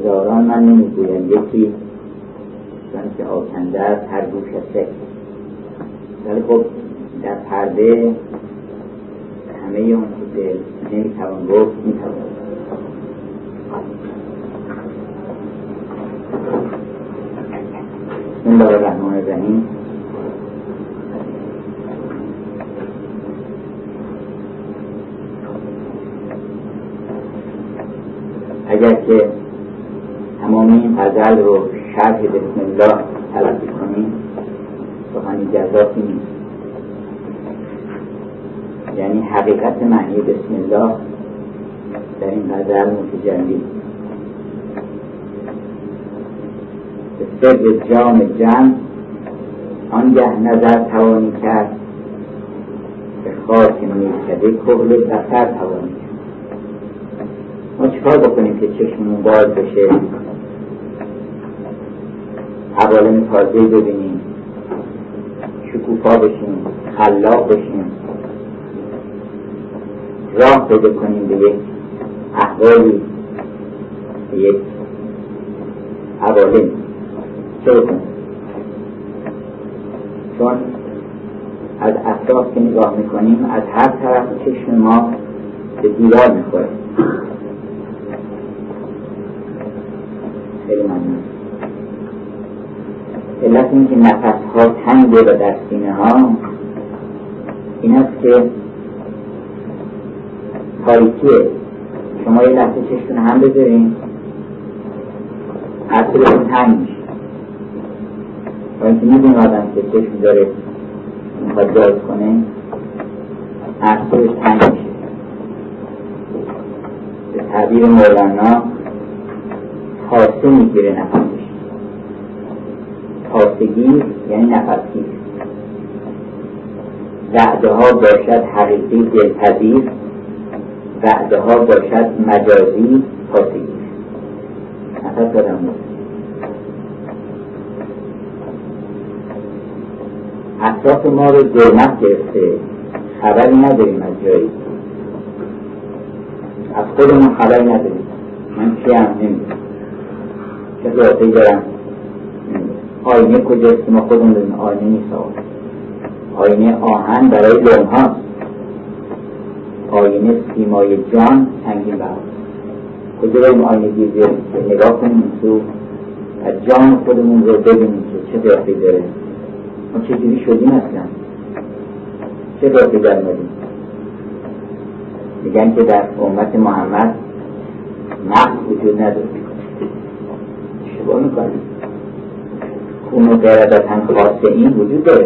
هزاران من نمیگویم، یکی چون که آکنده است هر گوش سه. ولی خب در پرده همه اون که نمیتوان گفت میتوان. بسم الله الرحمن الرحیم. اگر که تمام این غزل رو شرح بسم الله تلقی کنیم سخنی جذابی نیست. یعنی حقیقت معنی بسم الله در این غزل متجلی. به سر جام جمع آنگه نظر توانی کرد، به خاک میکده کهل بصر توانی کرد. ما چیکار بکنیم که چشممون باز بشه، عوالم تازه ببینیم، شکوفا بشیم، خلاق بشیم، راه پیدا کنیم به یک احوالی، به یک عوالم. چه بکنیم؟ چون از اطراف که نگاه میکنیم از هر طرف چشم ما به دیوار میخوره. خیلی ممنون. علت این که نفس ها تنگه و در سینه ها این است که تاریکیه. شما یه لحظه چشتون هم بذارین عطرتون تنگ میشه و اینکه میدون آدم که چشم داره میخواد باز کنه عطرش تنگ میشه. به تعبیر مولانا خاصه میگیره نفسش. خاصگیر یعنی نفسگیر. وعده ها باشد حقیقی دلپذیر، وعده ها باشد مجازی خاصگیر. نفس دادم بود. اطراف ما رو ظلمت گرفته، خبری نداریم از جایی، از خودمون خبری نداریم. من چی هم نمیدونم، چه ذاتی دارم، آینه کجاست که ما خودمون داریم؟ آینه نیست. آینه آهن برای لوم هاست، آینه سیمای جان سنگین برد. کجا داریم آینه گیر بیاریم که نگاه کنیم تو از جان خودمون رو ببینیم که چه قیافه‌ای داره، ما چجوری شدیم اصلا، چه قیافه‌ای در اومدیم. میگن که در امت محمد مغز وجود نداره. اشتباه میکنیم. خون و قردتن خاصه این وجود داره.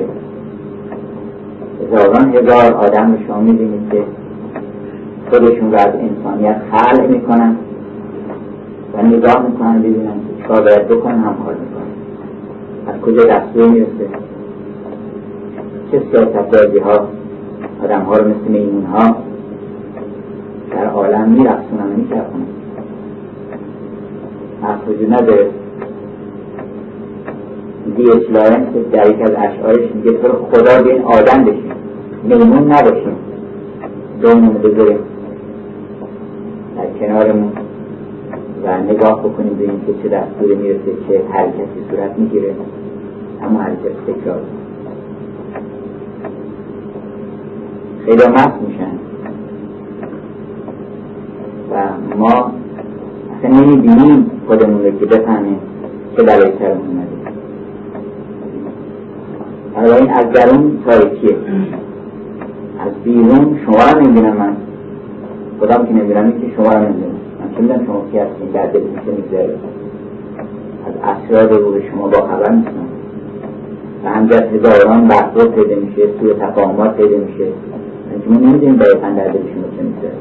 هزاران هزار آدم رو شما میبینید که خودشون رو از انسانیت خلق میکنن و نگاه میکنن ببینن که چیکار باید بکنن، هم کار میکنن. از کجا دستور میرسه، چه سیاست‌بازی ها آدم ها رو مثل میمون ها در عالم میرقصونن و میچرخونن. مغز وجود نداره. D.H. لارنس در یک از اشعارش میگه تو خدا بین آدم بشیم، میمون نباشیم، دونمون بذاریم در کنارمون و نگاه بکنیم ببینیم که چه دستوری میرسه، چه حرکتی صورت میگیره، اما حرکت تکرار. خیلی مست میشن و ما اصلا نمیبینیم خودمون رو که بفهمیم چه بلایی سرمون اومده. این از درون تاریکیه، از بیرون شما رو نمیبینم، من خودم که نمیبینم این که شما رو نمیبینم. من چه میدونم شما کی هستین، در دل میشه میگذاره. از اسرار رو شما با خبر نیستم و همجرد هزاران بحثات پیدا میشه، سوء تفاهمات پیدا میشه. شما نمیدونیم دقیقا در دل شما چه میگذاره.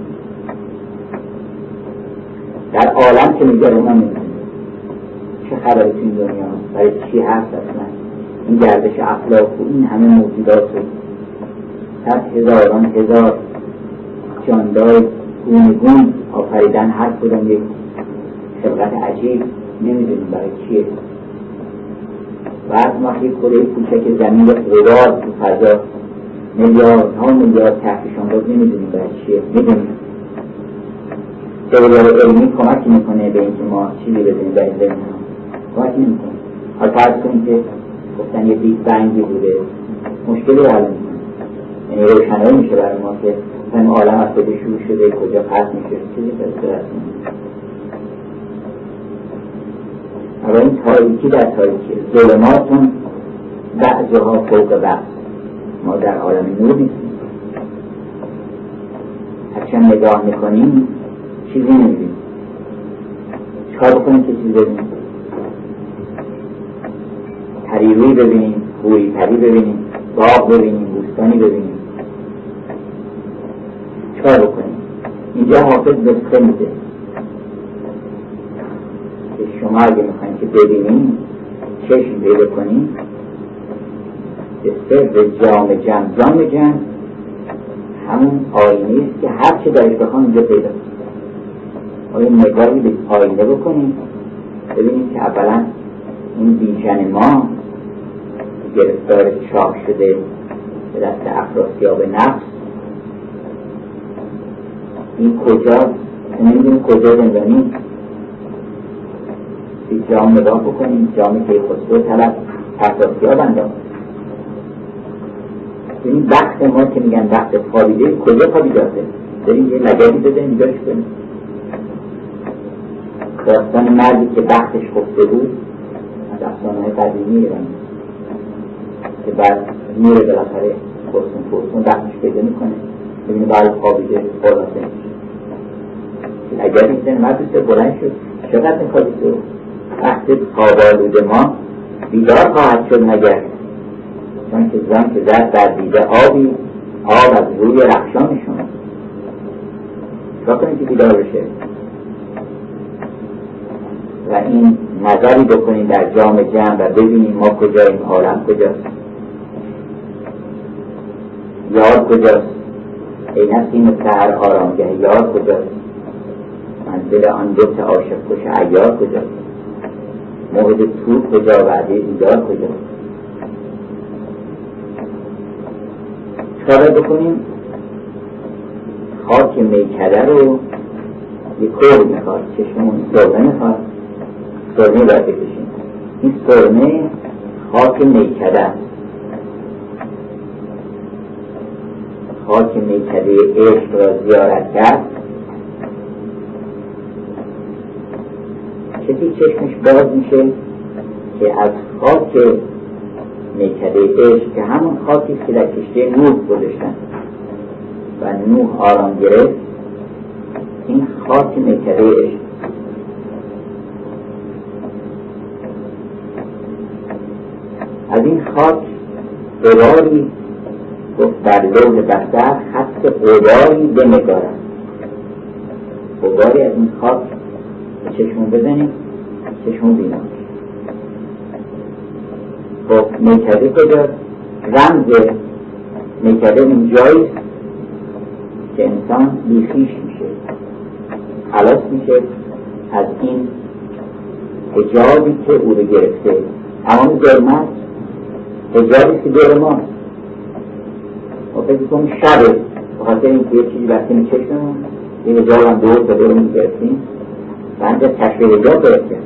در عالم که میگذاره ما نمیدونیم چه خبری تو این دنیا برای چی هست اصلا. این گردش افلاک و این همه موجودات و صد هزاران هزار جاندار گونگون آفریدن، هر کدوم یک خلقت عجیب، نمیدونیم برای چیه. بعد ما یک کره کوچک زمین غبار تو فضا، میلیاردها میلیارد کهکشان باز، نمیدونیم برای چیه. میدونیم تئوری علمی کمک میکنه به اینکه ما چیزی بدونیم در این زمینه کمک نمیکنه. حالا فرض کنید که گفتن یه بیگ بنگی بوده، مشکلی حل میکنه، یعنی روشنایی میشه برای ما که این عالم از کجا شروع شده، کجا قطع میشه، چیزی فرصت میشه. اما این تاریکی در تاریکی، ظلماتون بعضها فوق بعض. ما در عالم نور نیستیم، هرچند نگاه میکنیم چیزی نمیدیم. چکار بکنیم که چیزی ببینیم؟ پریروی ببینیم، خوری پری ببینیم، باغ ببینیم، بوستانی ببینیم. چکار بکنیم؟ اینجا حافظ نسخه میده که شما اگه میخواین که ببینیم، چشم پیدا کنیم، به سر جام جم همون آینه است که هر چه درش بخوام اینجا پیدا کنیم. آیا نگاهی به آینه بکنیم ببینیم که اولا این بیژن ما گرفتار چاق شده به دست افراسیاب نفس، این کجا نمیدونیم کجا زندانی. به جام نگاه بکنیم، جامی که خسرو طلب افراسیاب انداخت. این وقت ما که میگن وقت خوابیده، کجا خوابیده؟ بریم یه لگدی بزنیم اینجاش کنیم. داستان مردی که وقتش خفته بود از افسانه‌های قدیمی ایرانی که بعد میره بالاخره پرسون وقتش پیدا میکنه، ببینه بعد خوابیده خلاصه میشه. لگدی بزنیم مرد بسیار بلند شد، چقدر میخوادی تو؟ وقت خوابالود ما بیدار خواهد شد مگر چون که زن که زد در دیده آبی، آب از روی رخشان شما. چرا کنید که بیدار بشه و این نظری بکنید در جام جمع و ببینیم ما کجاییم، عالم کجاست، یار کجاست، ای نسیم سحر آرامگه یار کجاست، منزل آن دوت عاشق کش عیار کجاست، موعد طور کجا، وعده دیدار کجاست. چکار بکنیم؟ خاک میکده رو یک کور میخواد، چشمون سرمه میخواد، سرمه باید بکشیم. این سرمه خاک میکده است، خاک میکده عشق را زیارت کرد، کسی چشمش باز میشه که از خاک میکده عشق که همون خاکی که در کشتی نوح گذاشتن و نوح آرام گرفت، این خاک میکده عشق. از این خاک غباری گفت در لوح بصر خط غباری بنگارد. غباری از این خاک به چشمون بزنیم، چشمون بینم. خب میکده کجا؟ رمز میکده این جاییست که انسان بیخیش میشه، خلاص میشه از این حجابی که او رو گرفته. تمام ظلمت حجابی که دور ماست. و فکر کنم شبه بخاطر اینکه یه چیزی بسته می چشممون، این حجاب هم دور تا دور می گرفتیم و انجا تشبیه حجاب گرفتیم.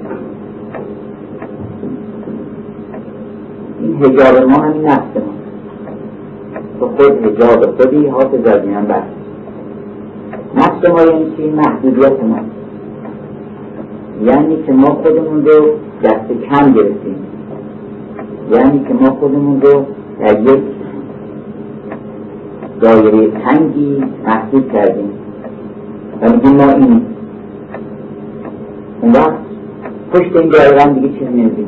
این حجاب ما همین نفس ما، تو خود حجاب خودی حافظ از این هم بست. نفس ما یعنی چی؟ محدودیت ما، یعنی که ما خودمون رو دست کم گرفتیم، یعنی که ما خودمون رو در یک دایره تنگی محدود کردیم و میگیم ما این. اون وقت پشت این دایره هم دیگه چیز نمیدیم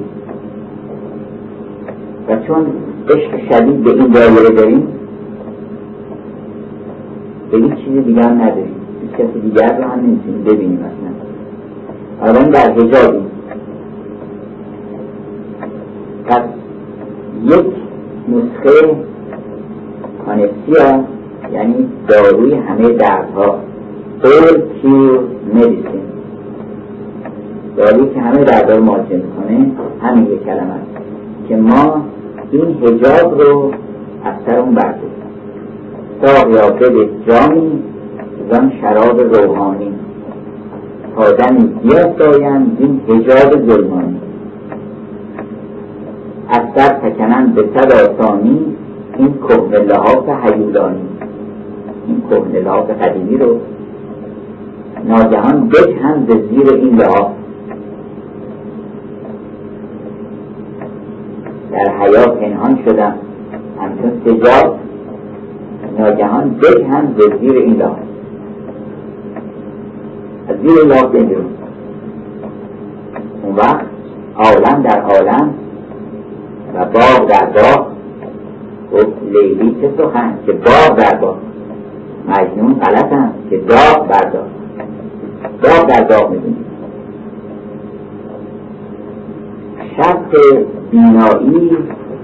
و چون عشق شدید به این دایره داریم به این چیز دیگر هم نداریم، هیچ کسی دیگر رو هم نمیتونیم ببینیم. اصلا الان در حجابیم. پس یک نسخه کانپسیا یعنی داروی همه دردها، all cure medicine، داروی که همه دردها رو معالجه میکنه، همین یک کلمه است که ما این حجاب رو از سرمون برداریم. ساقیا بده جامی زن شراب روحانی، تا دمی بیاسایند این حجاب ظلمانی. از سر تکنند به صد آسانی این کهنه لحاف هیولانی. این کهنه لحاف قدیمی رو ناگهان بجهند به زیر این لحاف. در حیا پنهان شدم همچون سجاد، ناگهان بجهند به زیر این لحاف. از زیر لحاف بمیرون. اون وقت عالم در عالم و باغ در باغ گفت لیلی چه سخن که باغ در باغ، مجنون غلطم که داغ بر داغ. داغ در داغ میدونید. شرط بینایی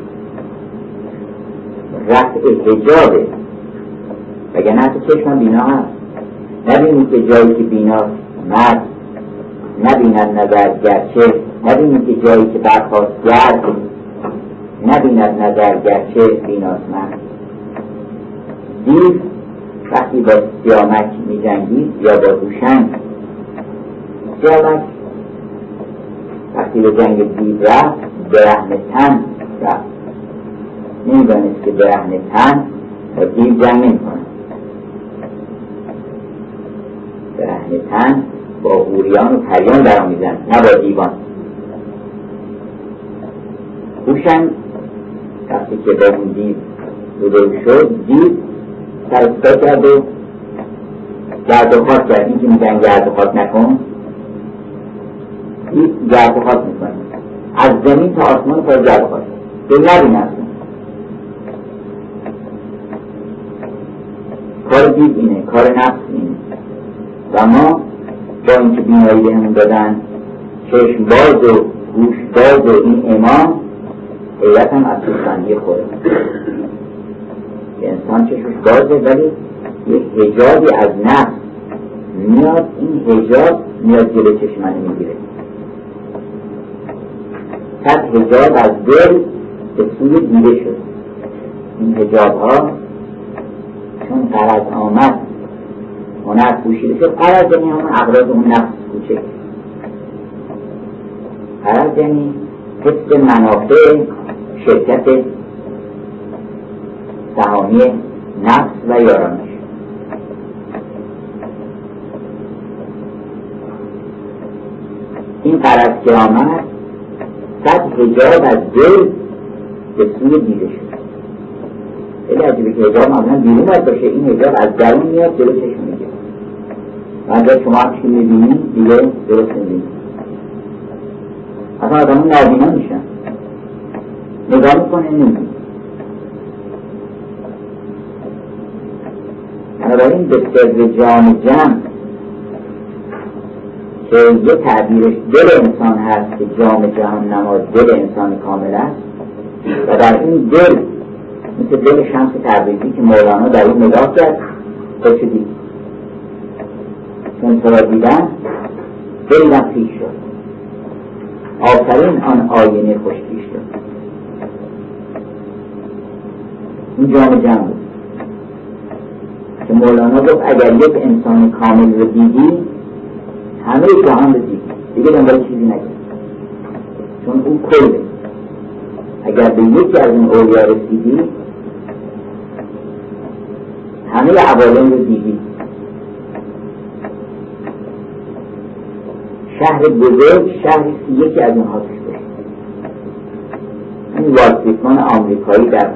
رفع حجابه، وگرنه حتی چشم بینا هست. نبینید که جایی که بیناست مرد نبیند نظر گرچه، نبینید که جایی که برخواست گرد نبیند نظر گرچه بیناست مرد. دیو وقتی با سیامک می جنگید یا با هوشنگ، سیامک وقتی به جنگ دیو رفت برهنه تن رفت. نمیدانست که برهنه تن با دیو جنگ نمی کنه. برهنه تن با حوریان و پریان برام میزن، نه با دیوان. هوشنگ وقتی که با اون دیو روبرو شد، دیو سرستا کرد و گرد و خاک کرد. این که میگن گرد و خاک نکن، دیو گرد و خاک میکنه. از زمین تا آسمان پر گرد و خاک به نبین اصلا. کار دیو اینه، کار نفس اینه. و ما با اینکه بینایی بهمون دادن چشم باز و گوش باز و این امام، حیرت هم از سوستندی خوده. انسان چشمش بازه ولی یک حجابی از نفس میاد، این حجاب میاد جلو چشمانه میگیره. صد حجاب از دل به سوی دیده شد. این حجاب ها چون غرض آمد هنر پوشیده شد. غرض یعنی همون اغراض اون نفس کوچک. غرض یعنی حس منافع شرکت سهامی نفس و یارانش. این غرض که آمد صد حجاب از دل به سوی دیده شد. خیلی عجیبه که حجاب معمولا بیرون باید باشه، این حجاب از درون میاد جلو چشم میگه. اگر شما هم چی میبینید دیگه درست میبینید. اصلا آدمون نابینا میشن، نگاه میکنه نمیدید. بنابراین به سر جان جمع که یه تعبیرش دل انسان هست که جام جهان نماز دل انسان کامل است و در این دل مثل دل شمس تبریزی که مولانا در این نگاه کرد خوش دید. چون تو را دیدن دلم پیش شد، آفرین آن آینه خوش پیش شد. این جام جمع بود که مولانا گفت اگر یک انسان کامل رو دیدی همه جهان رو دیدی، دیگه دنبال چیزی نگید، چون اون کله. اگر به یکی از این اولیا رسیدی همه عوالم رو دیدی. شهر بزرگ شهری که یکی از اونها توش باشه. این والت ویتمن آمریکایی در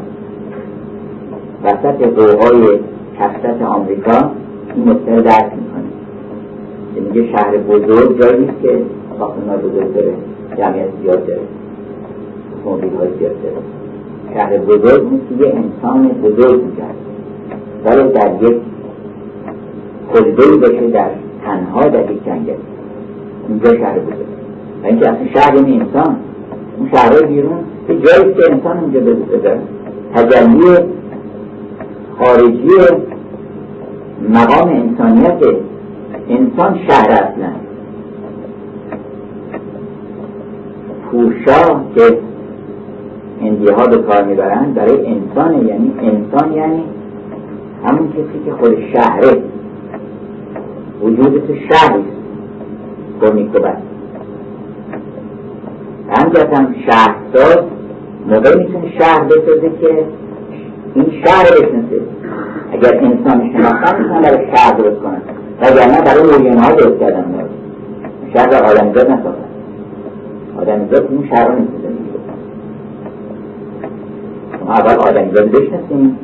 وسط قوقای کثرت آمریکا این نکته رو درک میکنه که میگه شهر بزرگ جایی نیست که ساختمان‌های بزرگ داره، جمعیت زیاد داره، اتومبیل‌های زیاد داره. شهر بزرگ نیست که یه انسان بزرگ میگرد ولی در یک کلبه‌ای باشه، در تنها در یک جنگل. اینجا شهر بزرگ. و اینکه اصلا شهر یعنی انسان. اون شهرهای بیرون یه جایی که انسان اونجا داره. تجلی خارجی مقام انسانیت انسان شهر اصلا. پورشا که هندیه ها به کار میبرند برای انسانه، یعنی انسان یعنی همون کسی که خود شهره، وجود تو شهریست. کورنیکوبس. همجاست هم شهرساز موقعی میتونه شهر بسازه که این شهر بشناسه. اگر انسان شناختن میتونن برای شهر درست کنن، وگرنه برای میلیون‌ها درست کردن داره. شهر را آدمیزاد نساختن. آدمیزاد اون شهر را نمیتونه زندگی بکنن. ما اول آدمیزاد بشناسیم،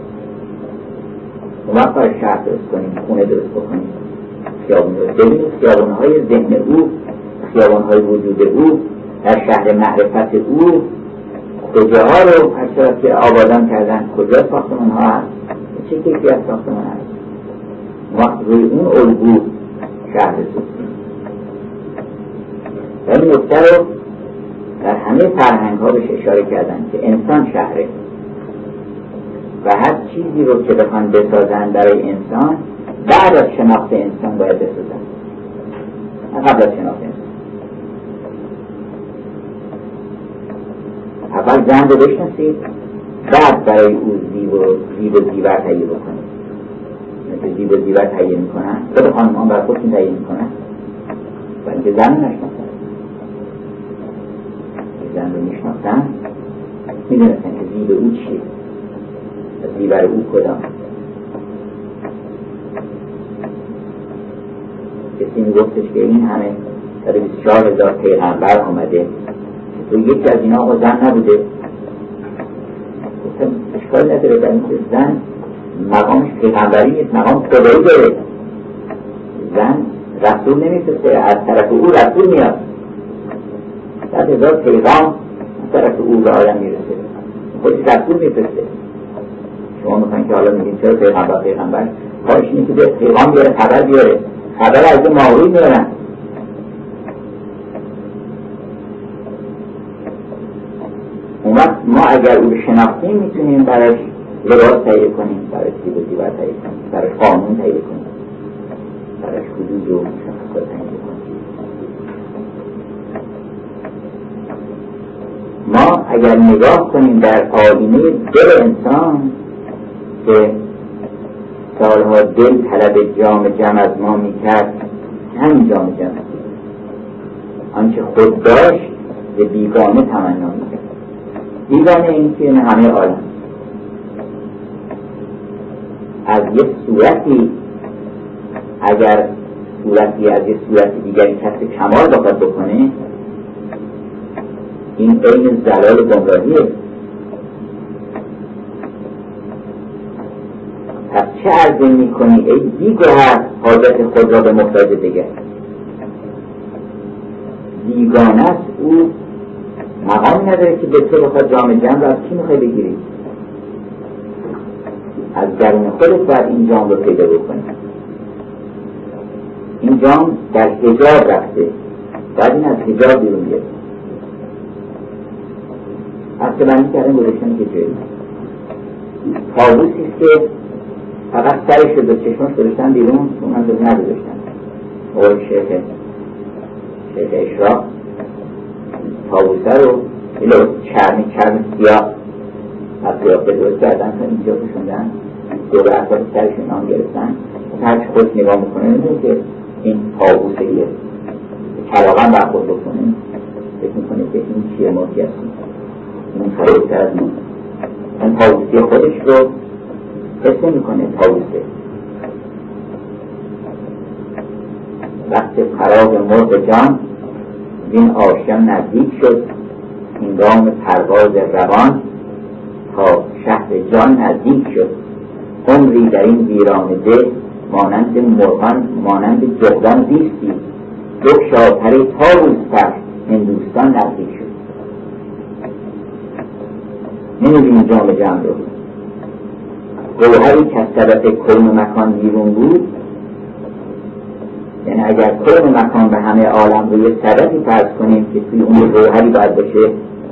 اون وقت برای شهر درست کنیم، خونه درست بکنیم، خیابون درست ببینیم. خیابون‌های ذهن او، خیابون‌های وجود او، در شهر معرفت او کجاها رو هر که آبادان کردن، کجا ساختمان ها هست، چه کیفیت ساختمان هست، وقت روی اون الگو شهر سازیم. و این نکته رو در همه فرهنگ ها بهش اشاره کردن که انسان شهره و هر چیزی رو که بخوان بسازن برای انسان بعد از شناخت انسان باید بسازن، قبل از شناخت انسان. اول زن رو بشناسید، بعد برای او زیب و زیور تهیه بکنید. مثل زیب و زیور تهیه میکنن، خود خانمان برای خودشون تهیه میکنن و اینکه زن رو نشناختن. زن رو میشناختن، میدونستن که زیب او چیه و زیور او کدام. کسی میگفتش که این همه 124,000 پیغمبر آمده، تو یکی از اینا آقا زن نبوده. گفتم اشکال نداره، برای اینکه زن مقامش پیغمبری نیست، مقام خدایی داره. زن رسول نمیفرسته، از طرف او رسول میاد. 100,000 پیغام از طرف او به آدم میرسه، خودش رسول میفرسته. شما میخواین که حالا میگین چرا پیغمبر کارش اینه که به پیغام بیاره، خبر بیاره، خبر از ماهوی میارن. اون وقت ما اگر او رو شناختیم میتونیم براش لباس تهیه کنیم، براش زیب و زیور تهیه کنیم، براش قانون تهیه کنیم، براش حدود و مشخصات تهیه کنیم. ما اگر نگاه کنیم در آینه دل انسان که سالها دل طلب جام جم از ما میکرد، همین جام جم آنچه خود داشت به بیگانه تمنا میکرد. بیگانه این که همه عالم از یک صورتی، اگر صورتی از یک صورت دیگری کسب کمال بخواد بکنه، این عین زلال گمراهیه. پس چه عرضه میکنی ای بیگوهر حاجت خود را به محتاج دیگر؟ بیگانه است، او مقامی نداره که به تو بخواد جام جم را از کی میخوای بگیری؟ از درون خودت باید این جام رو پیدا بکنی. این جام در حجاب رفته، باید این از حجاب بیرون بیاد. اصلا بندی کردن گذاشتن که جایی طاووسی است که فقط سرش رو به چشماش گذاشتن بیرون، اون هم به نداشتن. اول شیخ اشراق طاووسه رو یه لباس چرم سیاه از قیافه درست کردن تا اینجا پوشوندن، دور اطراف سرشون نام گرفتن. هر چی خود نگاه میکنه میدونه که این طاووسه یه کلاغم برخورد بکنه، فکر میکنه که این چیه موتی هستیم، این خریدتر از ما. این طاووسی خودش رو حس نمیکنه. طاووسه وقت فراغ مرغ جان این آشیان نزدیک شد، هنگام پرواز روان تا شهر جان نزدیک شد. عمری در این ویران ده مانند مرغان مانند جغدان زیستی، بگشاتر طاووس پر هندوستان نزدیک شد. نمی‌بینی جام جم رو، گوهری که از طرف کون و مکان بیرون بود. یعنی اگر کون و مکان به همه عالم رو یه صدفی فرض کنیم که توی اون گوهری باید باشه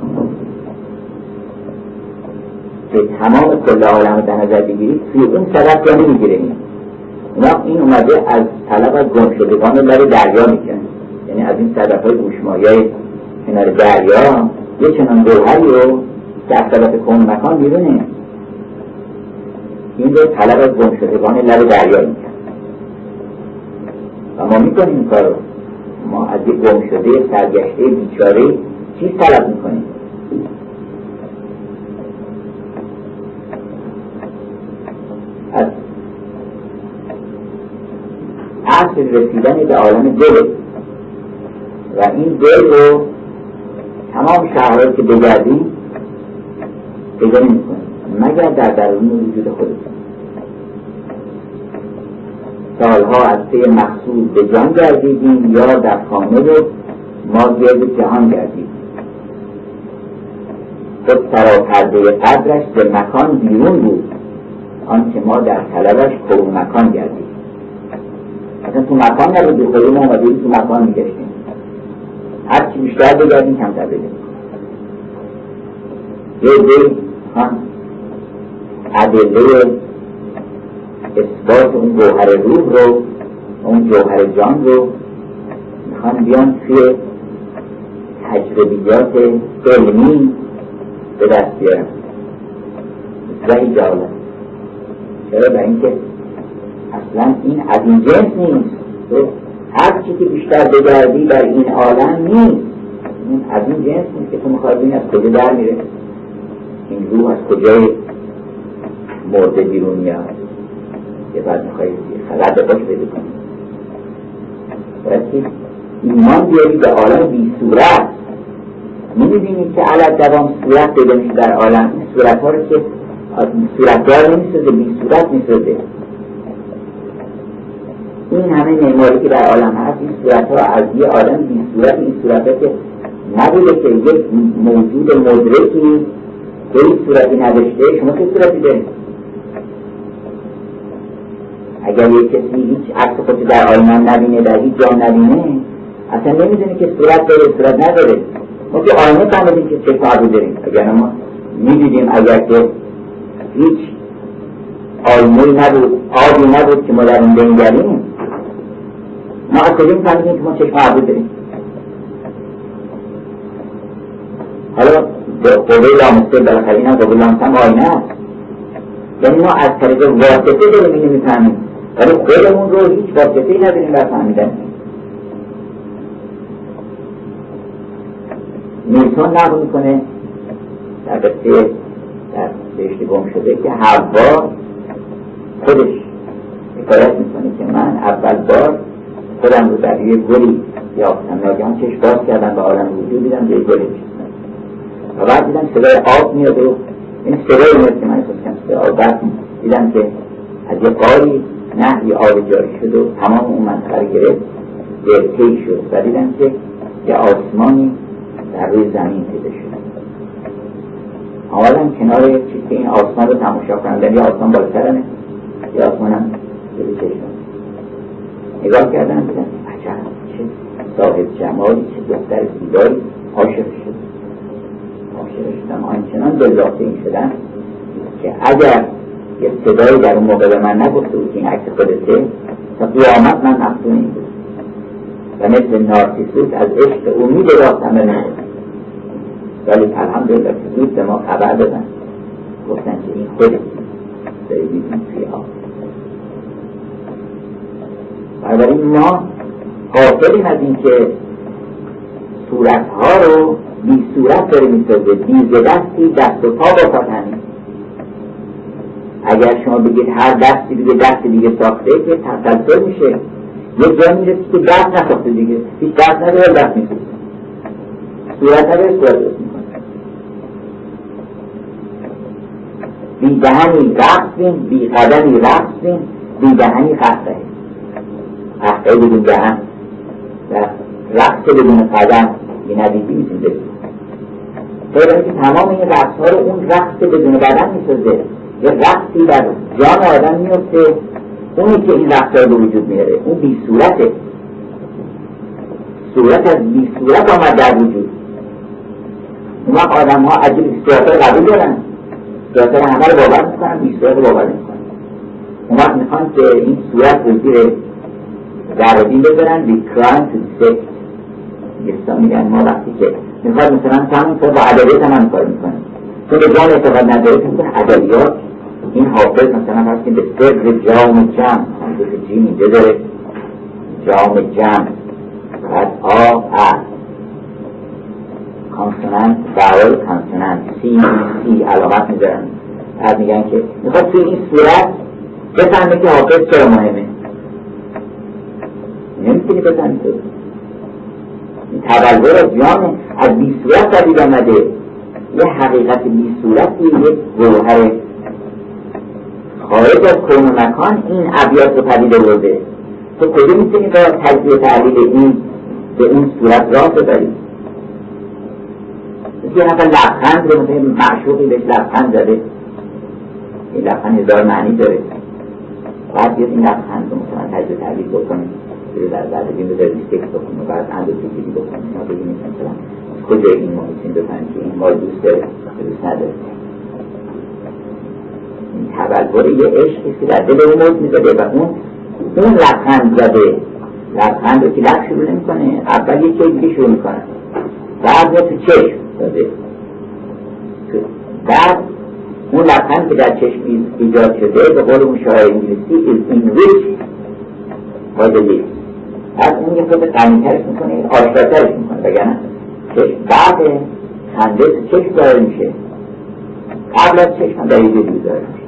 که تمام کل عالم رو در نظر بگیرید، توی اون صدف یا نمیگیریم. این اومده از طلب از گم شدگان لب دریا میکنه، یعنی از این صدف‌های گوشمایه کنار دریا یه چنان گوهری رو که از طرف کون و مکان بیرونه، این رو طلب از گم شدگان لب دریا میکنه. و ما میکنیم این کار رو. ما از یک گم شده سرگشته بیچاره چیز طلب میکنیم؟ از اصل رسیدن به عالم دل و این دل رو تمام شهرهایی که بگردیم پیدا نمی‌کنیم مگر در درون وجود خودتون. سالها از پی مقصود به جان گردیدیم یا در خانه رو ما گرد جهان گردیدیم. خود سراپرده قدرش به مکان بیرون بود، آنچه ما در طلبش کرون مکان گردیدیم. اصلا تو مکان نبود، به خودمون آمدیم تو مکان میگشتیم. هر چی بیشتر بگردیم کمتر بگردیم. یه دی هم ادله اثبات اون گوهر روح رو، اون جوهر جان رو میخوان بیان توی تجربیات علمی به دست بیارن. وحی جالب. چرا؟ به اینکه اصلا این از این جنس نیست. هر چی که بیشتر بگردی در این عالم نیست. این از این جنس نیست که تو میخواد این از کجا در میره، این روح از کجای مرده بیرون میاد که بعد میخوایی خبر باش بده کنی. باید ایمان بیاری به عالم بی صورت. نمیبینید که علت دوام صورت پیدا میشه در عالم. این صورت ها رو که صورتدار نمیسازه، بی صورت میسازه. این همه معماری که در عالم هست، این صورت ها از یه عالم بی صورت، این صورت ها که نبوده که یک موجود مدرکی به این صورتی نداشته. شما که صورتی دارید؟ اگر یک کسی هیچ عکس خودی در آینه نبینه، در هیچ جا نبینه، اصلا نمیدونه که صورت داره صورت نداره. ما که آینه فهمیدیم که چه فرقی داریم. اگر ما میدیدیم اگر که هیچ آینه نبود، آبی نبود که ما در اون بنگریم، ما از کجا میفهمیدیم که ما چشم عبود داریم؟ حالا به قوه لامسته بالاخره این هم قوه لامسته هم آینه هست. یعنی ما از طریق واسطه داریم اینو میفهمیم، ولی خودمون رو هیچ واسطه‌ای نداریم بر فهمیدن. نیوتن نقل میکنه در قصه در بهشت گم شده که حوا خودش حکایت میکنه که من اول بار خودم رو در یه گلی یافتم، ناگهان چشم باز کردم به عالم وجود، دیدم به یه گلی نشستم و بعد دیدم صدای آب میاد و این صدای میاد که من احساس کردم صدای آب. بعد دیدم که از یه قاری نهری آب جاری شد و تمام اون منطقه رو گرفت، دلتهی شد و دیدم که یه آسمانی در روی زمین پیدا شد. آمدم کنار یک چیز که این آسمان رو تماشا کنم، در یه آسمان بالاترمه، یه آسمانم جلوی چشمم. نگاه کردم دیدم عجب چه صاحب جمالی، چه دختر زیبایی. عاشق شدم آنچنان دل‌بافته این شدم که اگر یه صدایی در اون موقع به من نگفته بود که این عکس خودته، تا قیامت من مفتون این بود و مثل نارسیسوس از عشق امید راستم نمید. ولی الحمدلله که زود به ما خبر دادن، گفتن که این خودتی داری بیدیم توی آب. بنابراین ما غافلیم از این که صورتها رو بی صورت داره میسازه، بی دستی دست و پا با همین. اگر شما بگید هر دستی دیگه دست دیگه ساخته که تسلسل میشه، یه جا میرسی که دست نساخته دیگه، هیچ دست نداره دست میسازه، صورت نداره صورت درست میکنه. بی دهنی رقصیم، بی قدمی رقصیم، بی دهنی قهقه. قهقه بدون دهن و رقص بدون قدم یه ندیدی میتونی بگید. باید که تمام این رقص ها رو اون رقص بدون بدن میسازه. یه رقصی در جان آدم میفته، اونی که این رقص ها رو وجود میاره، اون بی صورته. صورت از بی صورت آمد در وجود. اون وقت آدم ها عجیب صورت ها قبول دارن، صورت ها همه رو باور میکنن، بی صورت رو باور میکنن. اون وقت میخوان که این صورت رو زیر دردین بذارن، بی کرایم تو دیسک. گستان میگن ما وقتی که میخواد مثلا همون طور با ادبیات هم کار میکنه، چون به جان اعتقاد نداره که مثلا ادبیات این حافظ مثلا هست که به سر جام جمع، همونجور که جیم اینجا داره جام جمع بعد آ کانسونانت باول کانسونانت سی علامت میذارن. بعد میگن که میخواد توی این صورت بفهمه که حافظ چرا مهمه. نمیتونی بفهمی تو این تبلور از جامعه از بی صورت قدید آمده. یه حقیقت بی صورتی، یک گوهر خارج از کون و مکان این ابیات رو پدید آورده. تو کجا میتونی با تجزیه تحلیل این به اون صورت راه ببری؟ یه نفر لبخند رو مثلا معشوقی بهش لبخند زده، این لبخند هزار معنی داره. باید بیاد این لبخند رو مثلا تجزیه تحلیل بکنیم، در بعد بگیم بذار ریسپکت بکنیم و بعد اندازه گیری بکنیم یا بگیم مثلا کجا این ما میتونیم بفهمیم که این ما دوست داره دوست نداره. این تبلور یه عشقی که در دل اون موت میزده و اون لبخند زده. لبخند رو که لب شروع نمی کنه، اول یه چیزی شروع میکنه، بعد میاد تو چشم داده، بعد اون لبخند که در چشم ایجاد شده به قول اون شاعر انگلیسی is enriched by the lips. بعد اون یه خود غنی‌ترش میکنه، آشکارترش میکنه، بگنه بعد خنده تو چشم داره میشه، قبل از چشم هم در یه جلوی داره میشه.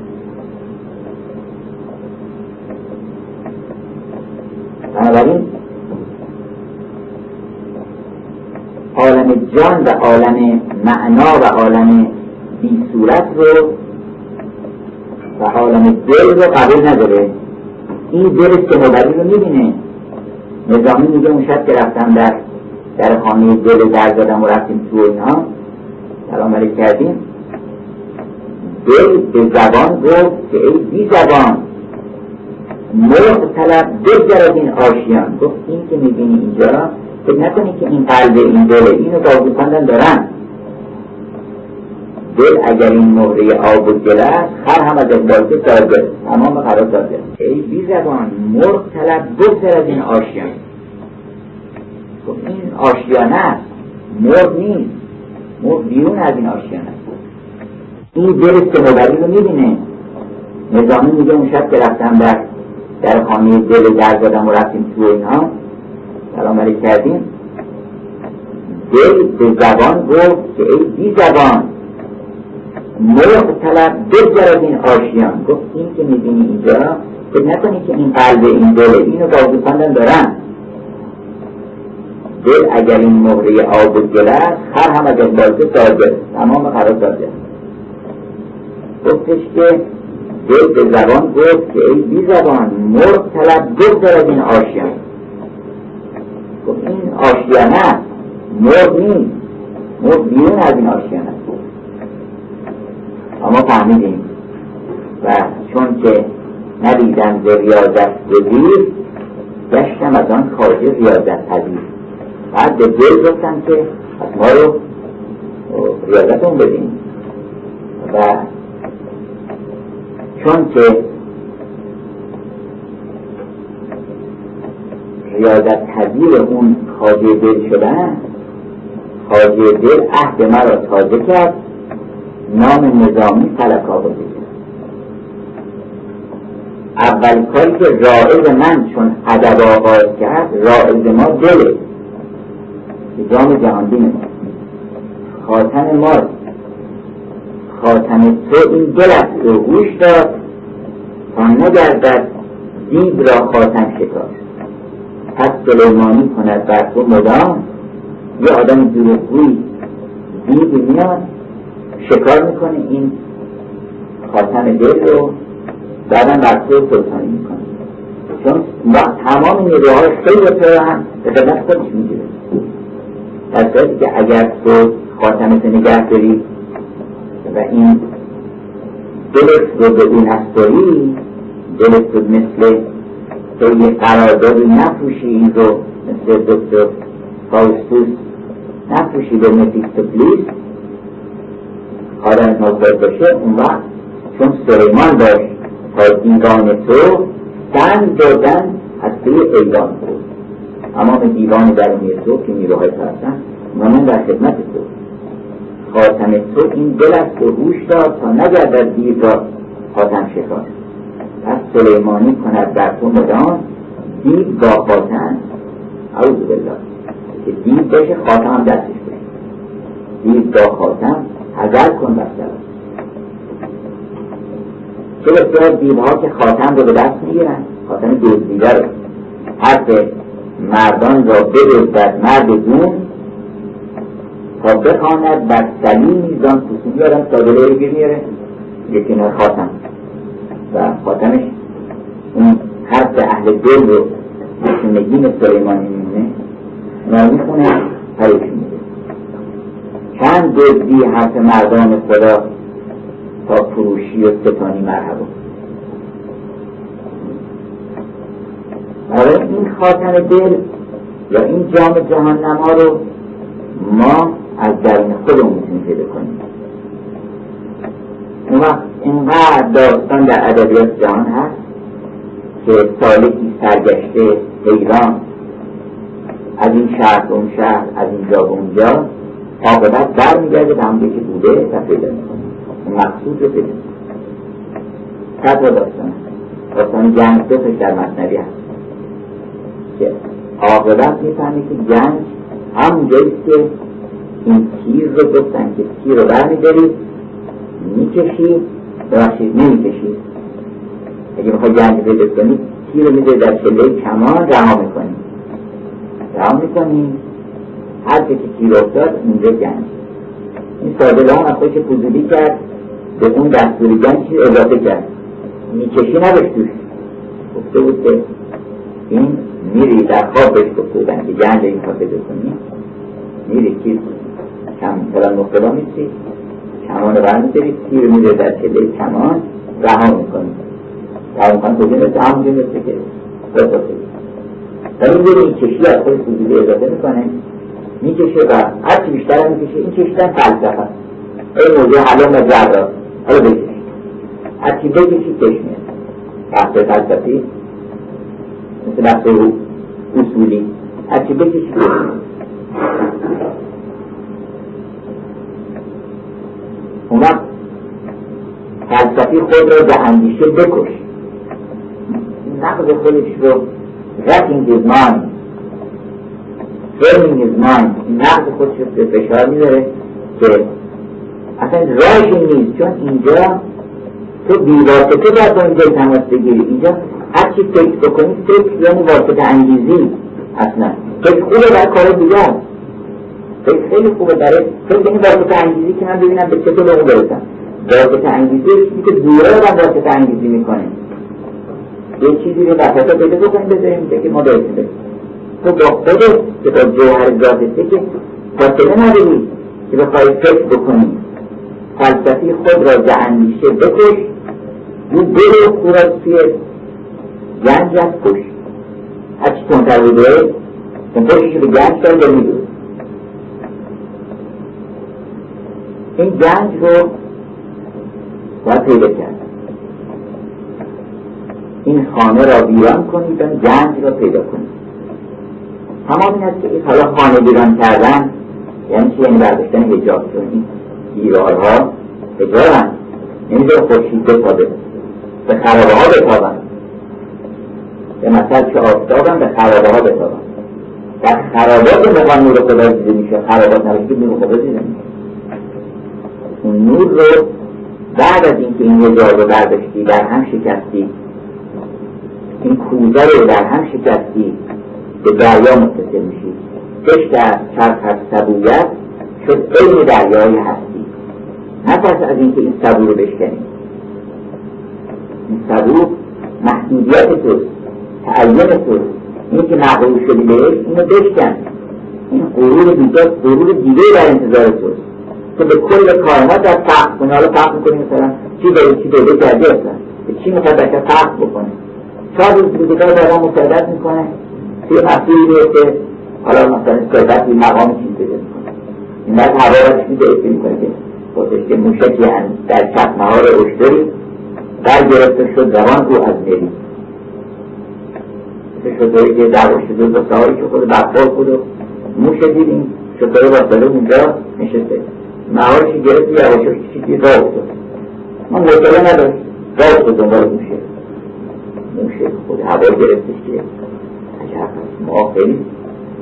بنابراین عالم جان و عالم معنا و عالم بی صورت رو و عالم دل رو قبول نداره. این دل استمراری رو میبینه. نظامی میگه اون شب که رفتم در خانه دل در زدم و رفتیم تو اینها سلام علیک کردیم، دل به زبان گفت که ای بی زبان مرغ طلب بگذر از این آشیان. گفت این که میبینی اینجا فکر نکنی که این قلب این دله، اینو بازوکندن دارن. دل اگر این مهره آب و گل است خر هم از اقبالته سازه تمام قرار داده. ای بی زبان مرغ طلب بگذر از این آشیان. گفت این آشیانه است، مرغ نیست، مرغ بیرون از این آشیانه است. این دل استمراری رو میبینه. نظامی میگه اون شب که رفتم در خانه دل در زدم و رفتیم تو اینها سلام علیک کردیم، دل به زبان گفت که ای بی زبان مرغ طلب بگذر از این آشیان. گفت این که میبینی اینجا فکر نکنی که این قلب این دله، اینو بازوکندن دارن. دل اگر این مهره آب و گل است خر هم از اقبالته سازه تمام قرار داده. گفتش که دل به زبان گفت که ای بی زبان مرغ طلب بگذر از این آشیان. گفت این آشیانه است، مرغ نیست، مرغ بیرون از این آشیانه است. اما فهمیدیم و چون که ندیدم ز ریاضت گزیر گشتم از آن خواجه ریاضت پذیر. بعد به دل گفتم که از ما رو ریاضتون بدیم و چون که ریاضت پذیر اون خواجه دل شدن، خواجه دل عهد مرا تازه کرد، نام نظامی فلک آوازه کرد. اول کاری که رائد من چون ادب آغاز کرد، رائد ما دله، جام جهانبین ما، خاتم ماست، خاتم تو این دل است و گوش داد تا نگردد دیو را خاتم شکاست. پس سلیمانی کند بر تو مدام، یه آدم دروغگوی دیو میاد شکار میکنه این خاتم دل رو، بعدم بر تو سلطانی میکنه، چون تمام نیروهای خیلی تو هم به خدمت خودش میگیره. در صورتی که اگر تو خاتمت نگه داری و این دلت رو به اون نستاری، دلت رو مثل تو یه قراردادی نفروشی، این رو مثل دکتر فاوستوس نفروشی به مفیستوفلیس آدم نوکر باشه، اون وقت چون سلیمان داشت تا دیوان تو سنگ دادن از توی ایوان تو، تمام دیوان درونی تو که نیروهای تو هستن مانند در خدمت تو، خاتم تو این دل است و هوش داد تا نگردد دیو را خاتم شکار. پس سلیمانی کند در تو مدام، دیو با خاتم اعوذ بالله، که دیو باشه خاتم هم دستش باشه، دیو با خاتم حذر کن بسته. چه بسیار دیوها که خاتم رو به دست میگیرن، خاتم دزدیده رو، حرف مردان را بدزدد مرد دون تا بخواند بر سلیم میزان فسولی. آدم سادله رو گیر میاره یه کنار خاتم و خاتمش اون حرف اهل دل رو نگین سلیمانی میمونه، نامیخونه پریش میده. چند دزدی حرف مردان خدا تا فروشی و ستانی مرحبا. برای این خاتم دل یا این جام جهان نما رو ما از درون خودمون میتونیم پیدا کنیم. اون وقت اینقدر داستان در ادبیات جهان هست که سالکی سرگشته حیران از این شهر به اون شهر، از اینجا به اونجا، عاقبت برمیگرده به همونجا که بوده و پیدا میکنه، اون مقصود رو پیدا میکنه. صد داستان جنگ دو تاش در مثنوی هست که عاقبت میفهمه که جنگ همونجاییست که این تیر رو گفتن که تیر رو برمیدارید میکشید، ببخشید نمیکشید، اگه میخوای جنگ پیدا کنید تیر رو میذاری در چله کمان رها میکنید هر جا که تیر افتاد اونجا جنگ. این صادقان از خودش فضولی کرد، به اون دستور جنگ چیز اضافه کرد، میکشی نداشت توش، گفته بود که این میری در خواب بهش گفته بودن که جنگ این خواه پیدا کنی، میری تیر فلان نقطه میسی، کمان رو برمیداری، تیر میره در چله کمان رها میکنی کجا مثل همونجا مثل که بسازه و این دیگه این کشی از خود فضولی اضافه میکنه، میکشه و هرچی بیشتر هم میکشه. این کشیدن فلسفه است، این موضوع حلم و جرات. حالا بکشید هرچی بکشید کش میاد، بحث فلسفی مثل بحث اصولی، هرچی بکشید کش میاد. اون وقت فلسفی خود را به اندیشه بکش، نقض خودش رو wrecking his mind، framing his mind، نقض خودش رو به فشار میذاره که اصلا راهش نیست، چون اینجا تو بیواسطه باید با اینجا تماس بگیری. اینجا هر چی فکر بکنی، فکر یعنی واسطه انگیزی. اصلا فکر خوبه در کار دیگر، فکر خیلی خوبه برای فکر یعنی واسطه انگیزی که من ببینم به چطور به اون برسم. واسطه انگیزی رسیدی که دوره رو واسطه انگیزی میکنه، یه چیزی رو وسط پیدا بکنیم بذاریم که ما برسیم. تو با خودت که با جوهر ذاتته که فاصله نداری که بخوای فکر بکنی، فلسفی خود را به اندیشه بکش، اون دل خود را توی گنج از کش، هرچی تونتر بوده اون کشش به گنج دار رو میدود. این گنج رو باید پیدا کرد، این خانه را ویران کنید و گنج را پیدا کنید. تمام این است که حالا خانه ویران کردن یعنی چی؟ یعنی برداشتن حجاب، چون این دیوارها حجابن، نمیذاره خورشید بتابه، به خرابه ها بتابن، به مثل که آفتابن به خرابه ها بتابن. در خرابات مقام نور خدا دیده میشه، خرابات نباشید نور خدا دیده میشه. اون نور رو بعد از اینکه این حجاب رو برداشتی، در هم شکستی، این کوزه رو در هم شکستی، به دریا متصل میشی. کشت از چرخ از سبویت شد علم دریای هستی. نفس از اینکه این سبو رو بشکنی، این سبو محدودیت توست، تعین توست، اینی که مغرور شدی بهش اینو بشکن. این غرور بیجاست، غرور دیگه در انتظار توست که به کل کائنات در فقر کنی. حالا فقر میکنی مثلا چی داری چی پیدا کردی، اصلا به چی میخواد بشه فقر بکنه. شاید روز روزگار دارم مساعدت میکنه توی مسئولی میرسه، حالا مثلا ثروت این مقام چیز پیدا میکنه، این باید هوا را چیزی بهشته میکنه که خودش که موشکی در چپ نهار اشتری برگرفته شد روان رو از مری. مثل شطوری که در اشتری دو ساهایی که خود بقبال خود و موش دیدیم، شطوری با سلو اونجا نشسته، نهارشی گرفت یواشاش چیزی راه افتاد، من مطلع نداشت راه افتاد دنبال موشه خود هوا گرفتش که عجب هست. ما خیلی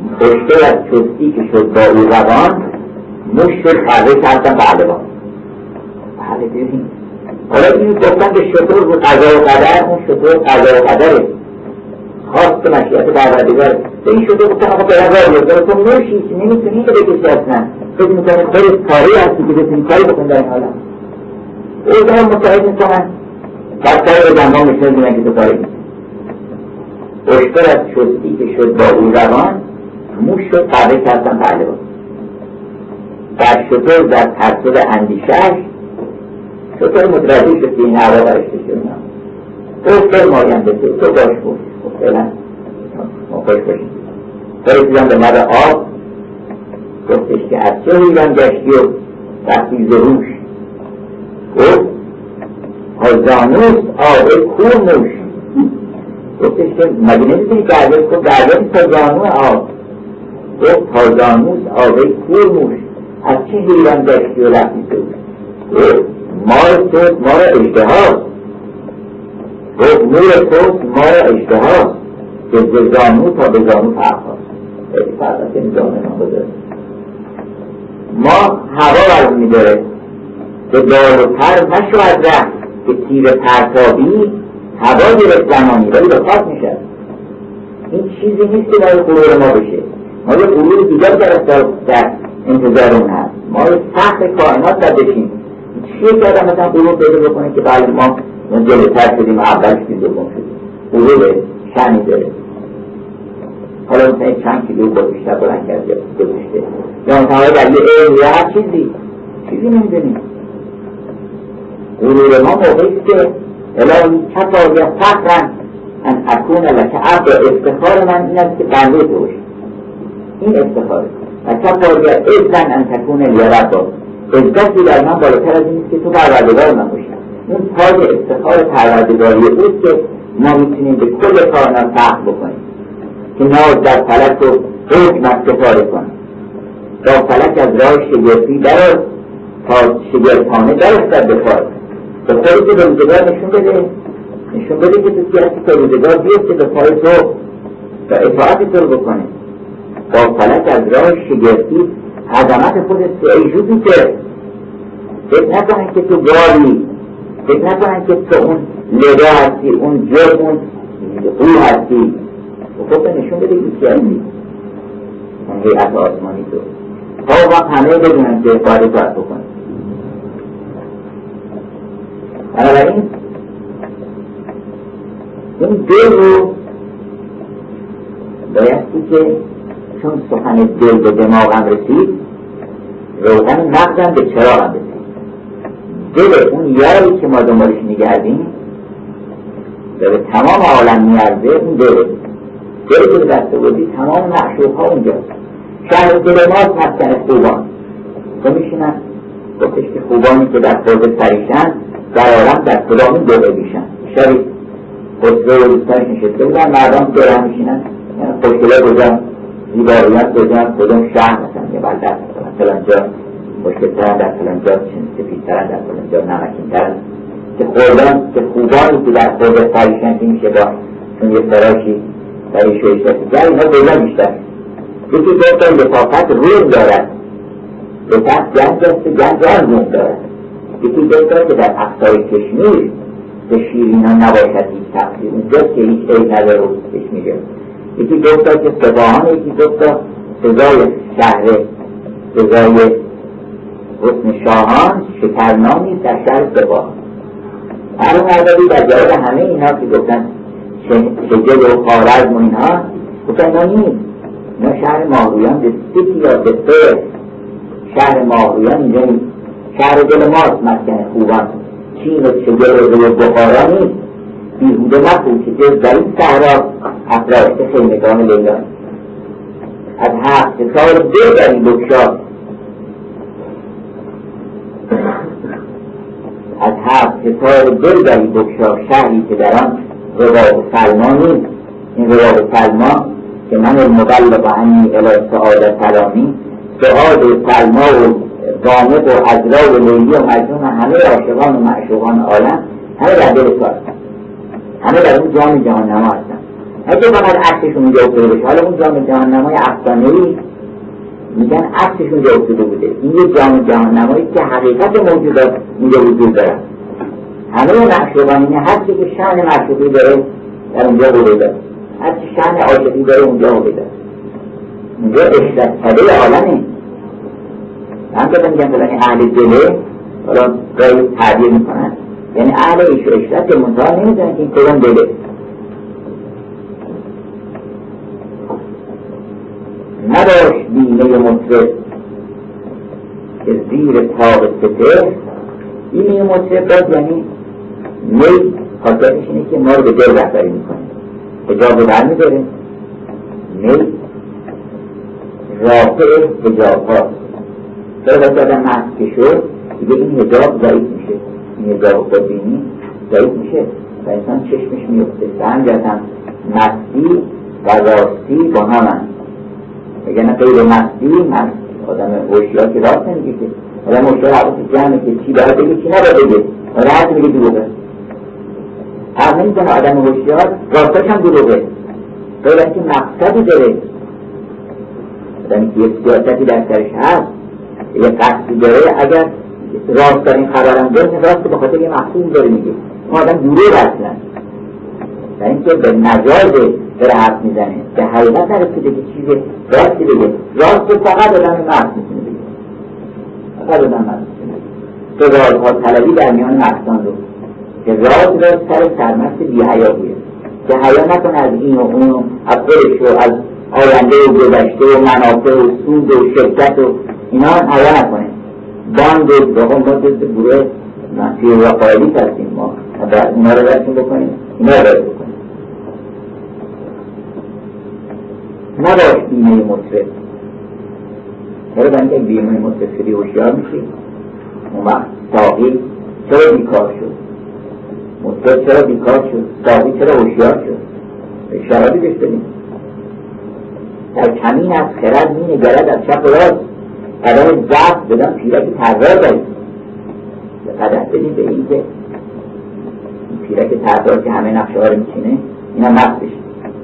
خوشتر از چستی که شد با او روان، موش شد خرده کردن بعلوان. بله ببین حالا اینو گفتن که شطور بود قضا و قدر، اون شطور قضا و قدره خواست مشیت پروردگار. به این شطور گفتن آقا برای داره تو موشی که نمیتونی که بکشی اصلا، فکر میکنه خودت کاری هستی که بتونی کاری بکن در این حالا او دارم متحد میکنن بستر به جنبان میشنه بینن که تو کاری میکنی. خوشتر از چستی که شد با او روان، موش شد قرده کردن بعلوان. در شطور در ترتیب اندیشهش شطور متوجه شد که این هوا برشته شد. خوشتر مایم به تو باش بود فعلا ما خوش باشیم. فرستیدم به مد آب گفتش که از چه هیلم گشتی و رفتی زروش. گفت هزانوس آب کور موش. گفتش که مگه نمیدونی گردش گفت گردش تا زانو آب. گفت هزانوس آب کور موش از چه هیلم گشتی و رفتی زروش. مار توست مار اجتهاست. گفت نور توست مار اجتهاست که زانو تا به زانو فرق هاست. خیلی فرق هست این زانو ما بذاره. ما هوا برون میداره که بالاتر نشو از ره که تیر پرتابی هوا گرفت زمانی ولی به خاک میشه. این چیزی نیست که برای غرور ما بشه. ما یه غرور دیگر در انتظارمون هست. ما یه سخت کائنات در بشیم. چیه که آدم مثلا غرور پیدا بکنه که بله ما جلوتر شدیم و اولش که دوم شدیم. غرور شنی داره. حالا مثلا چند کیلو با بیشتر بلند کرد یا گذاشته یا مثلا در یه علم یا هر چیزی نمیدونیم. غرور ما موقعی که الهی کفا یا فقرن ان اکون لکه عبد. افتخار من این است که بنده تو باشی. این افتخاره. و کفا یا ازن ان تکون لیربا. عزتی در من بالاتر از این است که تو پروردگار من باشی. اون تاج افتخار پروردگاری اوست که ما میتونیم به کل کائنات فخر بکنیم که ناز در فلک و حکم از سفاره کنیم. با فلک از راه شگرفی درست تا شگرفانه درست در بفار. به خودی که به روزگار نشون بده که تو کسی که روزگار بیفته به پای تو و اطاعت تو رو بکنه. با فلک از راه شگرفی عظمت خودت تو ای جوپیتر. فکر نکنن که تو گاوی، فکر نکنن که تو اون لده هستی، اون جب، اون قو هستی. و خود نشون بده که هستی اون هیئت آسمانی تو تا وقت همه بدونن که باید اطاعت بکنن. بنابراین این دل رو بایستی که چون سخن دل به دماغم رسید روغن نقدم به چراغم رسید. دل اون یاری که ما دنبالش میگردیم و به تمام عالم میارزه اون دل که دست بودی تمام معشوق ها اونجاست. شهر دل ماست مسکن خوبان. تو میشینن گفتش که خوبانی که در خورد پریشن در عالم در کدامون دوبه بیشن. شبی خسرو و دوستانش نشسته بودن مردم دورم میشینن خوشگله گذارن زیباریان گذارن کدوم شهر مثلا یه بلده مثلا فلانجا خوشگلترن در فلانجا سفیدترن در فلانجا نمکینترن که خوردن که خوبانی که در خورد پریشن که میشه با چون یه فراشی برای شویشتی گر اینا گذارن بیشتر. یکی گفتن لطافت روز دارد لطفت گنج است گنج روز دارد. یکی گفتن که در اقصای کشمیر به شیرین ها نباشد هیچ تقصیر اونجاست که هیچ عیب نداره و کشمیره. یکی گفتن که سپاهان، یکی گفتن سزای شهر سزای حسن شاهان شکرنامی در شهر سپاهان. هر مردی در جواب همه اینا که گفتن شجل و خوارزم و اینها گفتن ما نیست. اینا شهر ماهرویان به سیتی یا به سه شهر ماهرویان اینجا نیست. شهر دل ماست مسکن خوبان. چین و شجل و بخارا نیست. بیهوده نخون که جز در این صحرا افراشته خیمگان لیلان. از 7 سال دل در این بکشا از 7 سال دل در این بکشا شهری که در آن رباب سلمان نیست. این رباب سلمان که من المبلغ عنی الی سعادت سلامی سعاد و سلما و غامض و عذرا و لیلی و مجنون همه عاشقان و معشوقان عالم همه در دل تو هستن. همه در اون جام جهان نما هستن. اگه فقط عکسشون اونجا افتاده باشه. حالا اون جام جهاننمای افسانه‌ای میگن عکسشون اونجا افتاده بوده. این یه جام جهاننمایی که حقیقت موجودات اونجا وجود داره. همه معشوقانی هر چی که شأن معشوقی داره در اونجا وجود داره، هر چی شأن عاشقی داره اونجا وجود داره. اونجا اشرت کده عالمه. من که میگم فلانی اهل دله، حالا گاهی تعبیر میکنن یعنی اهل اشرت منتها نمیدونن که این کدام دله. نداشت بیمه مطرب که زیر تاق سپهر. بیمه مطرب باز یعنی می خاطرش اینه که ما رو به دل رهبری میکنه، حجاب رو برمیداره. می رافع حجاب هاست. چرا باید آدم مست که شد دیگه این حجاب ضعیف میشه، این حجاب خودبینی ضعیف میشه و انسان چشمش میفته. سنجت هم مستی و راستی با هم اگر نه غیر مستی آدم هوشیار که راست نمیگه که آدم هوشیار حواست جمعه که چی باید بگه چی نباید بگه، راست میگه دروغه. هم نمیکنه آدم هوشیار راستش هم دروغه، غیر اینکه مقصدی داره. آدمی که یک سیاستی در سرش هست، یک قصدی داره، اگر راست دارین خبرم داره راست به خاطر یه مقصود داره میگه. اون آدم دروغ اصلا در اینکه به مجازه داره حرف میزنه، به حقیقت نرسیده که چیز راستی بگه. راست فقط آدم مرد میتونه بگه، فقط آدم مرد میتونه بگه. تو رازها طلبی در میان مردان رو که راز سر سرمست بی حیا بوده که حیا نکنه از این و اون و از خودش و از آینده و گذشته و منافع و سود و شرکت و اینا حیا نکنه. باند و باقا ما جز گروه منفی و قائلی هستیم، ما اینا رو رسیم بکنیم، اینا رو رسیم بکنیم. نداشت بیمه مطرب. چرا بنده بیمه مطرب شدی هوشیار میشی؟ اون وقت ساقی چرا بیکار شد؟ مطرب چرا بیکار شد؟ ساقی چرا هوشیار شد؟ شرابی بهش بدیم. در کمین از خرد می نگرد از چپ و راست، قدم ضعف بدن پیرک تردار دارید. قدم بدیم به این که پیرک تردار که همه نقشه ها رو میچینه اینا مست بشه.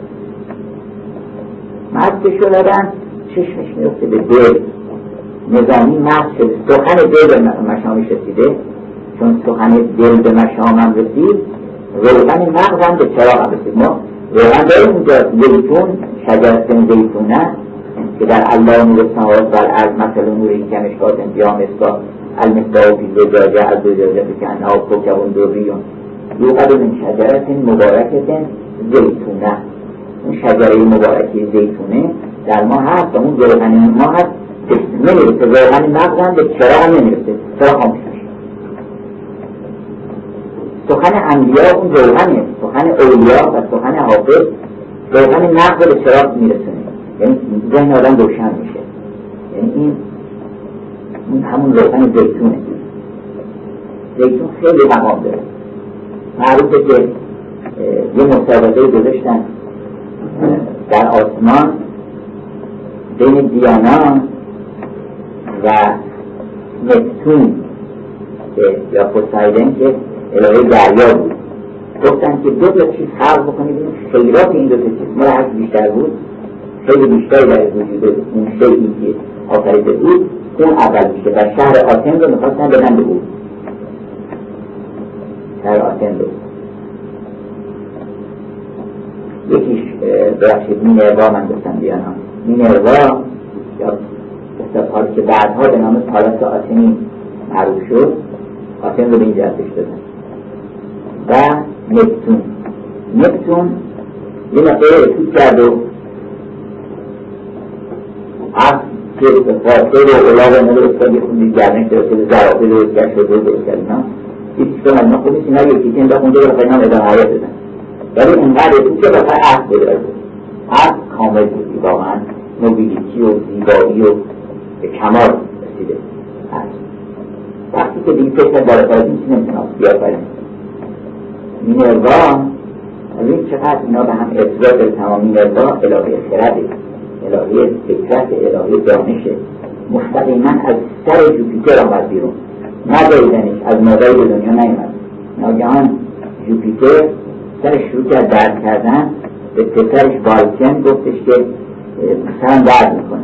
مست شدن چشمش میفته به دل. نظامی مست شده، سخن دل به مشامش رسیده. چون سخن دل به مشامم رسید روغن مغزم به چراغم رسید. ما روغن داریم اونجا زیتون، شجرتن زیتونه که در الله نور السماوات والارض مثل نور این که مشکات انبیا مصباح المصباح فی زجاجه از زجاجه کانها کوکب دریون یوقد من شجرة مبارکة زیتونه. اون شجره مبارکی زیتونه در ما هست و اون روغن ما هست. نمیرسه روغن مغزم به چراغ نمیرسه، چرا خاموش میشه. سخن انبیا اون روغنه، سخن اولیا و سخن حافظ روغن مغز به چراغ میرسونه، یعنی ذهن آدم روشن میشه. یعنی این همون روغن زیتونه. زیتون خیلی مقام داره. معروفه که یه مسابقه گذاشتن در آسمان بین دیانا و نپتون یا پوسایدن که الهه دریا بود. گفتن که دو تا چیز خلق بکنید، خیرات این دو تا چیز ما هر بیشتر بود، خیلی بیشتری در وجود اون شیئی که آفریده بود اون اول میشه و شهر آتن رو میخواستن بدن به بود. شهر آتن رو یکیش برخشید مینروا من گفتم دیانا. مینروا یا استفاده که بعدها به نام پالاس آتنی معروف شد، آتن رو به این جهتش دادن. و نپتون یه مقدار رسید کرد و از که فاصله و اولاغ ندرست کرد، یه خوندی گرنش درست کرد، زرافه درست کرد، شد درست کرد اینا یکی که من خودش اینا یکی که اینجا خونده رو خیلی ادامه حیات دادن. ولی اینقدر رسید که بخواه عصد بده عصد کامل بودی، واقعا نوبیلیتی و زیبایی و به کمال رسیده. وقتی که دیگه فکر بالاتر از این چی نمیتونه بیافرین. مینروا از این چقدر اینا به هم ارتباط داره. تمام مینروا الهه خرده، الهه فکرت، الهه دانشه. مستقیما از سر جوپیتر آمد بیرون، نداریدنش از مادری به دنیا نیامد. ناگهان جوپیتر سرش شروع کرد درد کردن به پسرش والکن گفتش که مثلا درد میکنه،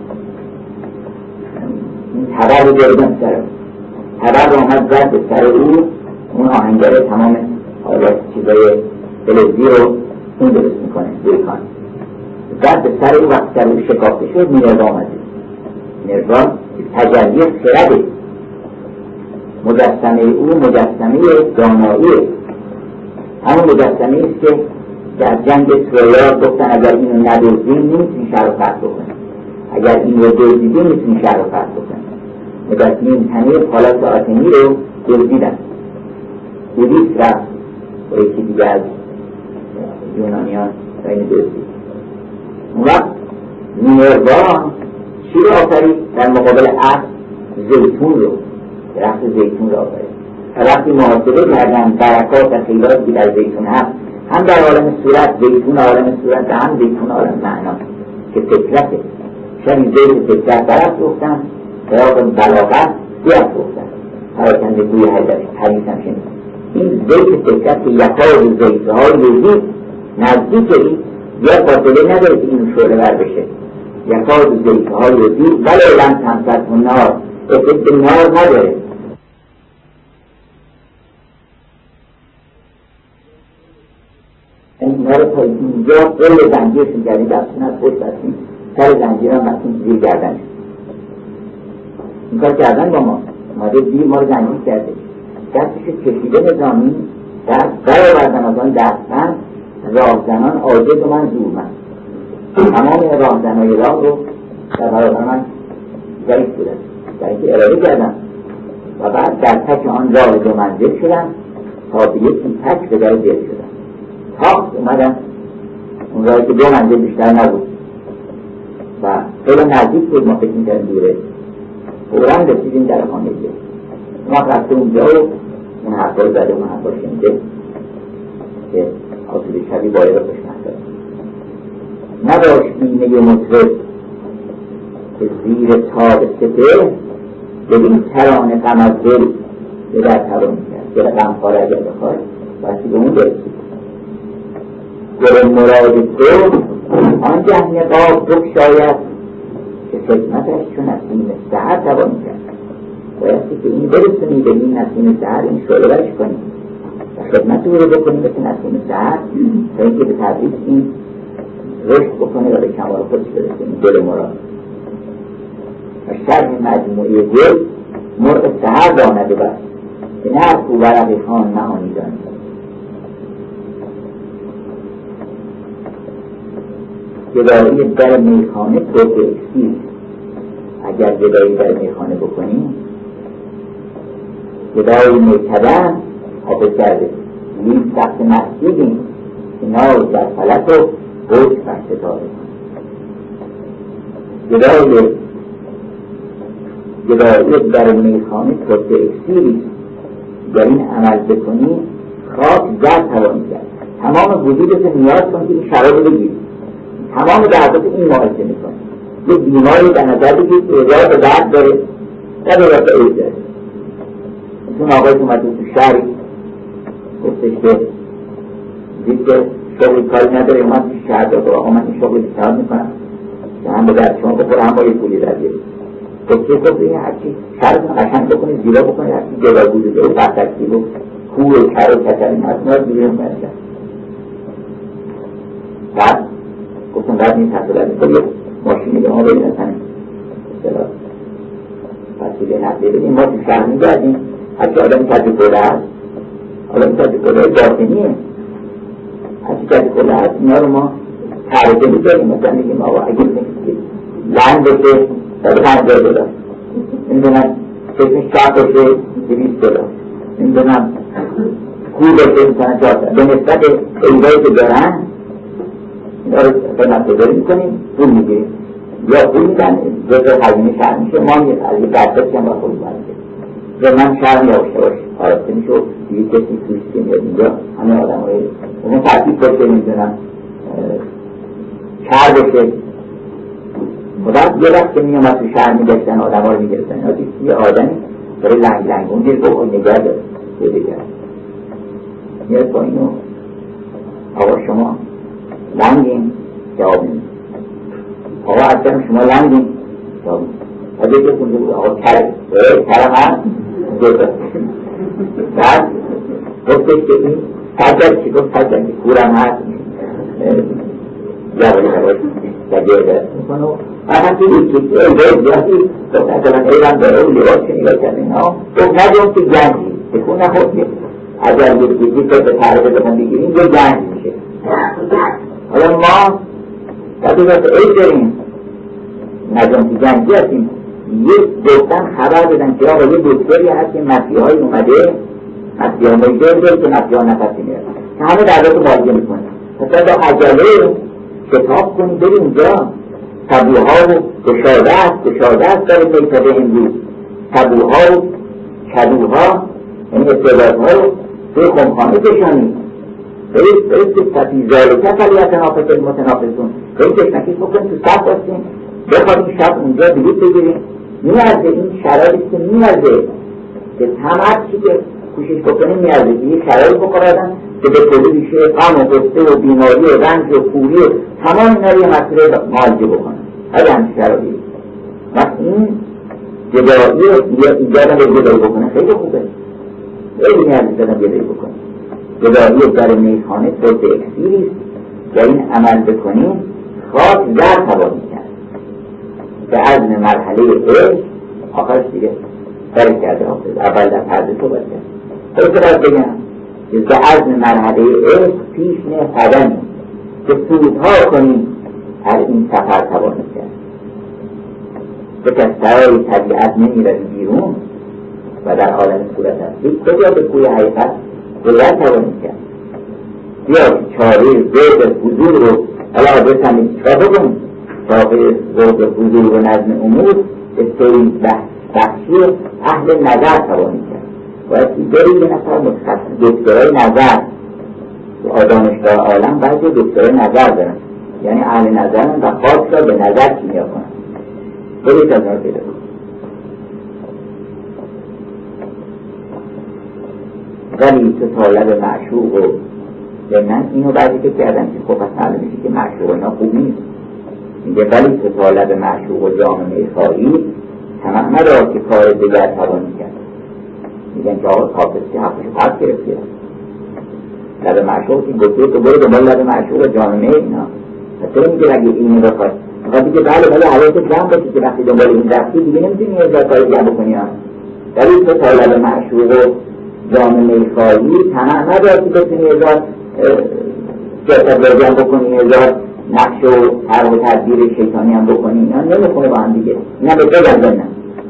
این تبر رو گردن سر تبر آمد زد به سر او. اون آهنگره تمام حالات چیزای فلزی رو اون درست میکنه دویکان زد به سر او. وقت سر او شکافته شد مینروا آمده. مینروا تجلی خرده، مجسمه او مجسمه دانایی، همون مجسمه است که در جنگ ترویا گفتن اگر اینو ندزدیم نمیتونی شهر رو فتح بکنی، اگر این رو دزدیدیم میتونی شهر رو فتح بکنی. مجسمه این همه پالاس آتنی رو دزدیدن. اوریس رفت با یکی دیگه از یونانیان و این دزدید. اون وقت مینروا چی رو آفرید؟ در مقابل عقل زیتون رو، درخت زیتون رو آفرید. وقتی محاسبه کردن برکات و خیرات که در زیتون هست، هم در عالم صورت زیتون عالم صورت و هم زیتون عالم معنا که فکرته. شبی زیت فکرت برفت گفتن سراغ بلاغت بیفت گفتن پراکنده گوی حدیث هم شنید. این زیت فکرت که یکاد زیتهای یزید نزدیک این یا فاصله نداره که این شعله بر بشه. یکاد زیتهای یزید ولی لم تمسد و نار افت به نار نداره. اینا رو تا اینجا قل زنجیرشون کردیم دستون از خوش بستیم سر زنجیر هم بستیم زیر گردن این کار کردن با ما ماده دیر ما رو زنجیر کرده دستشو کشیده نظامی دست برآوردن از آن دستن راهزنان عاجز و من زورمند تمام راهزنای راه رو در برابر من ضعیف بودن ضعیف اراده کردن و بعد در تک آن راه دو منزل شدن تا به یکی تک به در دل شدن تاخت اومدن اون راهی که دو منزل بیشتر نبود و خیلی نزدیک بود ما فکر می‌کردیم دوره فوراً رسیدیم در خانه دیگه ما رفته اونجا و اون حرفا رو زده اون حرفا شنیده که آسوده شبی باید رو خوشمند داره نداشت بینه مطرب که زیر تاب سپه ببین ترانه غم از دل به در توان کرد دل غمخواره اگر بخواد بسی به اون برسید گل مراد تو آن جهن قاب بگشاید که خدمتش چون نسیم سحر توان کرد. بایستی که این برسونی به این نسیم سحر این شعله برش کنیم و خدمت او رو بکنیم مثل نسیم سحر تا اینکه به تدریج این رشد بکنه و به کمال خودش برسونیم. گل مراد و شرح مجموعه گل مرغ سحر دانده بست که نه از او ورقی خان معانی دانید. گدایی در میخانه توق اکسیر اگر گدایی در میخانه بکنیم گدایی میکدن حافظ کرده لیز سخت محسیدیم که ناز در فلک و بوش فرستاره گدایی در میخانه توق اکسیری در این عمل بکنیم خاک زر توانی کرد. تمام وجودت نیاز کن که این شراب بگیری تمام دردات این معایشه میکنه. یه بیماری در نظر بگید که راه به درد داره و به راه به عید داره. اون آقای که اومده تو شهری گفتش که دید که شغل کاری نداره اومد تو شهر داره آقا من این شغل بیشتر میکنم که هم به درد شما بخوره هم با یه پولی در بیاری. گفته گفت این هرچی شهرتون قشنگ بکنید زیرا بکنید هرچی جلال بوده و بستکتیب و کوه و کر و کچر این هست نار بیرون کنید. بعد گفتم بعد این تصدیل میکنم یه ماشینی به ما بریم اصلا تصدیل نقلیه بدیم ما تو شهر میگردیم هرچی آدمی کجی کوله هست آدمی کجی کوله باطنیه هرچی کجی کوله هست اینا رو ما ترجمه میکنیم مثلا میگیم آقا اگه لند بشه $50 نمیدونم چشم شب بشه $200 نمیدونم کوه بشه مثلا 400 به نسبت ایدایی که دارن اینا رو قیمت گذاری میکنیم پول میگیریم یا پول میدن جزء هزینه شهر میشه ما از یه درصدی هم با خود برده و من شهرم یواش آراسته میشه و دیگه کسی توریستی میاد اینجا همه آدم های اون ترتیب باشه نمیدونم شهر بشه خدا یه وقت که میامد تو شهر میگشتن آدم ها رو میگرفتن یه آدمی داره لنگ اون دیر گفت نگه داره یه دیگر میاد با اینو آقا شما لنگین جواب نمیده. آقا اصلا شما لنگین جواب نمیده. و دیگه خونده بود آقا کرم هست دوتا. بعد گفتش که این سجد چی گفت؟ سجد که کورم هست جواب سجد درست میکنه و من همچه یکی زیادی گفت اصلا ایران داره و لباس که نگاه کرده اینا گفت نجام که گنجی بکون نخود که اگر یکی که به تعریف بکن بگیریم یه گنج میشه. حالا ما وقتی وقت عید داریم نجام که گنجی هستیم یک دوستان خبر بدن که آقا یه دکتری هست که مسیحایی اومده مسیحا مجده داره که مسیحا نفسی میره که همه دردات رو معالجه میکنه. مثلا با عجله کتاب کنی بری اونجا تبوها و گشاده است داره میتابه امروز تبوها و کدوها یعنی استعدادها رو توی خمخانه کشانی برید ستیزاله که فلیت نافت المتنافسون برید کشنکیش بکن تو صف بستیم بخوادیم شب اونجا بلیط بگیریم میارزه این شرایطی که میارزه که همه چی که کوشش بکنیم میارزه که یه شرایط بکنادن که به کلی بشه غم و غصه و بیماری و رنج و کوری و تمام اینا رو یه مسئله معالجه بکنن. هر همچه شرایطی وقت این جدایی ایجادم به جدایی بکنه خیلی خوبه. خیلی نیازی دادم جدایی بکنه. جدایی در میخانه صورت اکسیریست و این عمل بکنیم خاک زر توانی کرد به عزم مرحله عشق آخرش دیگه فرق کرده حافظ اول در پرده صحبت کرد. خیلی باید بگم که به عزم مرحله عشق پیش نه قدمی که سودها کنیم هر این سفر توانی کرد. به کسرهای طبیعت نمیرد بیرون و در عالم صورت هستی کجا به کوی حقیقت گذر توانید کرد. بیا چاره ذوق حضور رو حالا بسنید چرا بکنید چاره ذوق حضور و نظم امور استوری بخشی اهل نظر توانید کرد. باید بری یه نفر متخصص دکترای نظر دانشگاه عالم بعضی دکترای نظر دارن یعنی اهل نظرن و خاک را به نظر کیمیا کنن. برید از نظر پیدا کنید. ولی تو طالب معشوق و به من اینو بعدی که کردم که خب پس معلوم میشه که معشوق اینا خوب نیست. میگه ولی تو طالب معشوق و جامعه خواهی طمع ندار که کار دیگر توانی کرد. میگن که آقا حافظ که حقشو پس گرفته لب معشوق که گفته تو برو دنبال لب معشوق و جامعه اینا چرا میگه اگه اینو بخواد میخواد دیگه بله حواست جمع باشی که وقتی دنبال این رفتی دیگه نمیتونی یه کار دیگه بکنی ها. ولی تو طالب معشوق و جامعه خواهی طمع ندار که بتونی هزار سیاست برگم بکنی هزار نقش و طرح و تدبیر شیطانی هم بکنی اینا نمیخونه با هم دیگه اینا به بگم بنم.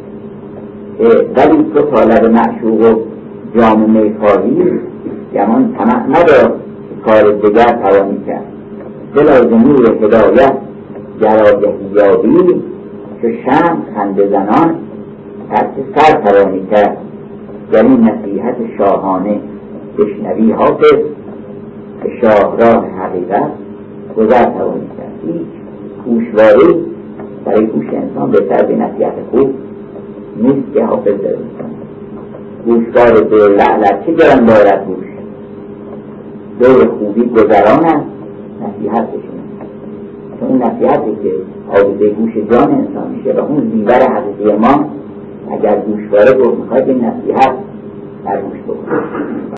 ولی تو طالب معشوق و جامعه خواهی گمان طمع ندار کار دیگر توانی کرد. بلازمی هدایت گراگهی یابی که شمع خنده زنان ترک سر توانی کرد. یعنی نصیحت شاهانه بشنوی حافظ به شاهراه حقیقت گذر توانی کرد. هیچ گوشواری برای گوش انسان بهتر به نصیحت خوب نیست که حافظ داره میکنه. گوشوار دور لعلت چه گرم دارد گوش دور خوبی گذران است نصیحت بشونه. چون اون نصیحتی که آبوده گوش جان انسان میشه و اون زیور حقیقی ما اگر گوشواره گفت میخواید این نصیحت در گوش بکنه.